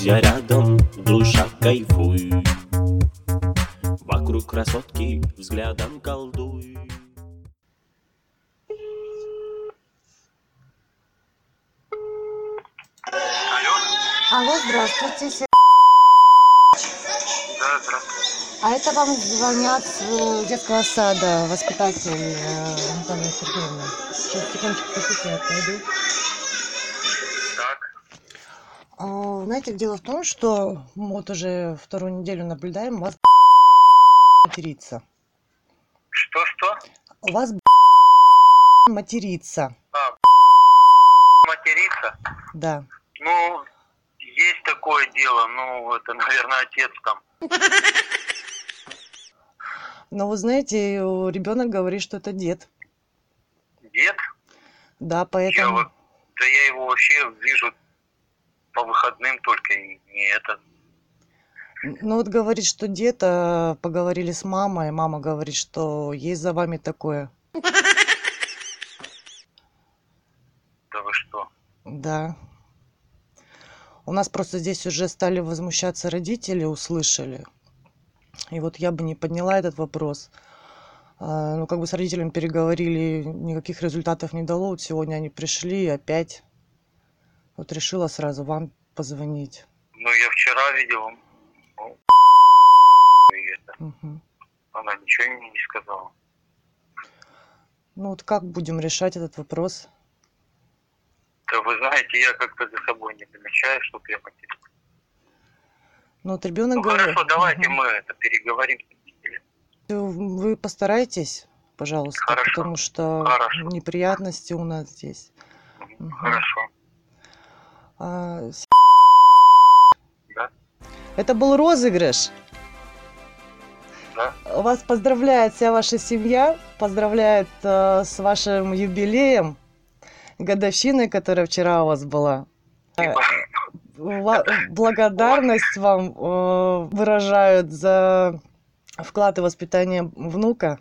Друзья рядом, душа кайфуй. Вокруг красотки взглядом колдуй. Алло, здравствуйте. Да, здравствуйте. А это вам звонят с детского сада, воспитатель Наталья Сергеевна. Сейчас, секундочку, простите, я пойду. Так, Знаете, дело в том, что мы вот уже вторую неделю наблюдаем, у вас матерится. что? У вас матерится. Материться? Да. Ну, есть такое дело, ну, это, наверное, отец там. Но вы знаете, ребенок говорит, что это дед. Дед? Да, поэтому... Я его вообще вижу по выходным только, и не это. Ну вот говорит, что дед, поговорили с мамой, мама говорит, что есть за вами такое. Да вы что? Да. У нас просто здесь уже стали возмущаться родители, услышали. И вот я бы не подняла этот вопрос. Ну, как бы с родителями переговорили, никаких результатов не дало. Вот сегодня они пришли и опять. Вот решила сразу вам позвонить. Ну, я вчера видел, ну, и это. Угу. Она ничего мне не сказала. Ну вот как будем решать этот вопрос? Да вы знаете, я как-то за собой не замечаю, чтобы я матерился. Ну вот ребенок Ну, говорит... хорошо, давайте мы это переговорим. Вы постарайтесь, пожалуйста, Хорошо. потому что Хорошо. неприятности у нас здесь. Угу. Хорошо. Да? Это был розыгрыш. Да? Вас поздравляет вся ваша семья, поздравляет с вашим юбилеем, годовщиной, которая вчера у вас была. Благодарность вам выражают за вклад и воспитание внука.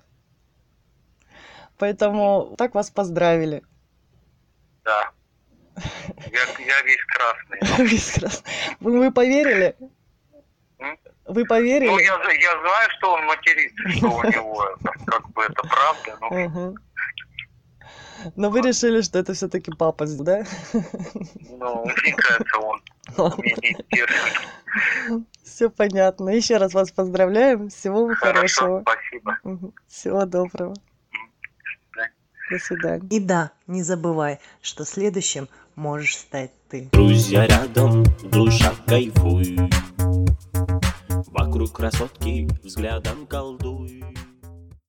Поэтому так вас поздравили. Да. Я весь красный. Весь красный. Вы поверили? Вы поверили? Ну, я знаю, что он матерится, что у него это, как бы это правда, но... Ага. Но вы решили, что это все-таки папа, да? Ну, мне кажется, он мне не держит. Все понятно. Еще раз вас поздравляем. Всего хорошего. Спасибо. Всего доброго. До свидания. До свидания. И да, не забывай, что следующим можешь стать ты. Друзья рядом, душа кайфуй. Вокруг красотки взглядом колдуй.